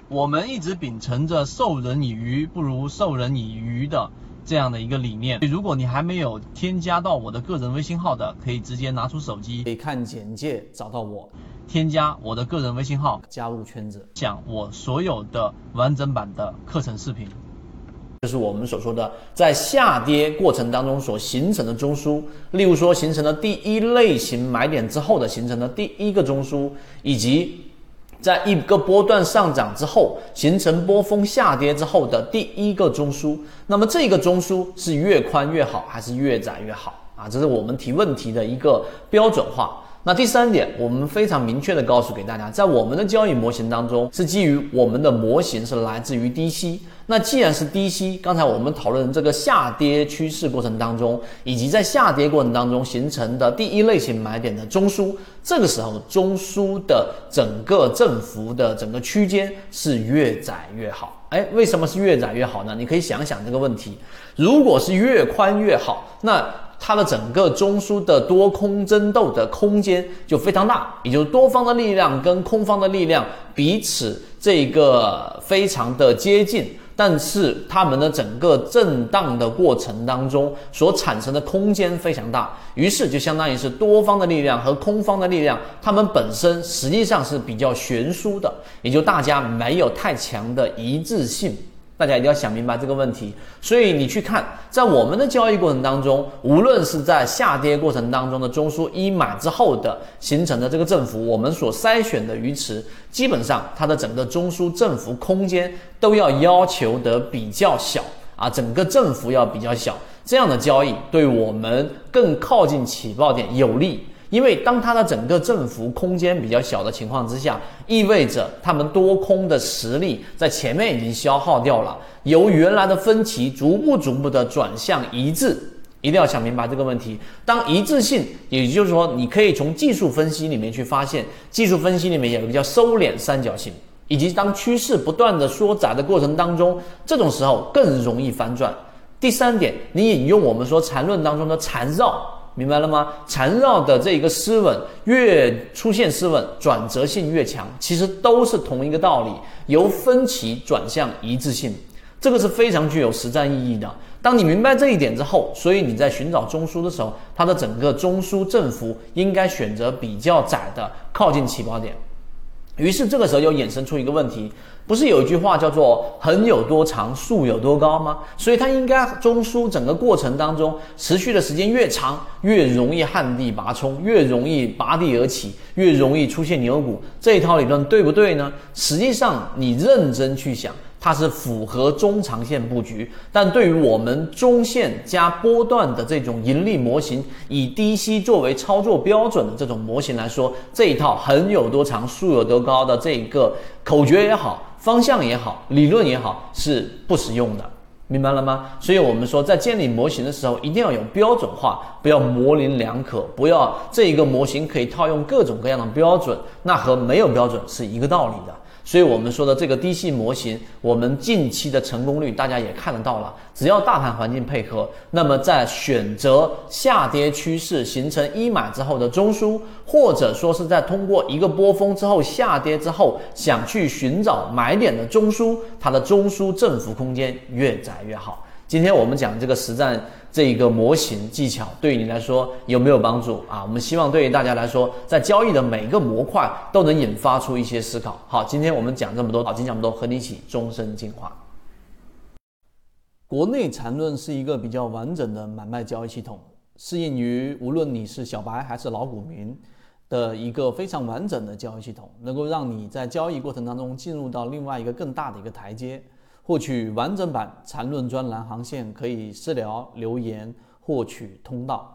我们一直秉承着授人以鱼不如授人以渔的这样的一个理念。如果你还没有添加到我的个人微信号的，可以直接拿出手机， 可以看简介找到我， 添加我的个人微信号， 加入圈子， 讲我所有的完整版的课程视频。 就是我们所说的在下跌过程当中所形成的中枢，例如说形成了第一类型买点之后的形成的第一个中枢，以及在一个波段上涨之后形成波峰下跌之后的第一个中枢。那么这个中枢是越宽越好还是越窄越好啊？这是我们提问题的一个标准化。那第三点，我们非常明确的告诉给大家，在我们的交易模型当中，是基于我们的模型是来自于低吸。那既然是低吸，刚才我们讨论这个下跌趋势过程当中，以及在下跌过程当中形成的第一类型买点的中枢，这个时候中枢的整个振幅的整个区间是越窄越好。为什么是越窄越好呢？你可以想想这个问题，如果是越宽越好，那它的整个中枢的多空争斗的空间就非常大，也就是多方的力量跟空方的力量彼此这个非常的接近，但是他们的整个震荡的过程当中所产生的空间非常大，于是就相当于是多方的力量和空方的力量，它们本身实际上是比较悬殊的，也就大家没有太强的一致性。大家一定要想明白这个问题。所以你去看，在我们的交易过程当中，无论是在下跌过程当中的中枢一买之后的形成的这个振幅，我们所筛选的鱼池，基本上它的整个中枢振幅空间都要求得比较小啊，整个振幅要比较小，这样的交易对我们更靠近起爆点有利。因为当它的整个振幅空间比较小的情况之下，意味着他们多空的实力在前面已经消耗掉了，由原来的分歧逐步的转向一致。一定要想明白这个问题。当一致性，也就是说你可以从技术分析里面去发现，技术分析里面有一个叫收敛三角形，以及当趋势不断的缩窄的过程当中，这种时候更容易翻转。第三点，你引用我们说缠论当中的缠绕，明白了吗？缠绕的这个失稳，越出现失稳，转折性越强，其实都是同一个道理，由分歧转向一致性，这个是非常具有实战意义的。当你明白这一点之后，所以你在寻找中枢的时候，它的整个中枢振幅应该选择比较窄的，靠近起爆点。于是这个时候又衍生出一个问题，不是有一句话叫做横有多长，竖有多高吗？所以它应该中枢整个过程当中持续的时间越长，越容易旱地拔葱，越容易拔地而起，越容易出现牛股。这一套理论对不对呢？实际上你认真去想，它是符合中长线布局，但对于我们中线加波段的这种盈利模型，以低吸作为操作标准的这种模型来说，这一套横有多长，竖有多高的这个口诀也好，方向也好，理论也好，是不实用的。明白了吗？所以我们说在建立模型的时候一定要有标准化，不要模棱两可，不要这一个模型可以套用各种各样的标准，那和没有标准是一个道理的。所以我们说的这个低吸模型，我们近期的成功率大家也看得到了，只要大盘环境配合，那么在选择下跌趋势形成一买之后的中枢，或者说是在通过一个波峰之后下跌之后想去寻找买点的中枢，它的中枢振幅空间越窄越好。今天我们讲这个实战这个模型技巧对于你来说有没有帮助啊？我们希望对于大家来说，在交易的每个模块都能引发出一些思考。好，今天我们讲这么多，今天讲这么多，和你一起终身进化。国内缠论是一个比较完整的买卖交易系统，适应于无论你是小白还是老股民的一个非常完整的交易系统，能够让你在交易过程当中进入到另外一个更大的一个台阶。获取完整版缠论专栏航线，可以私聊留言获取通道。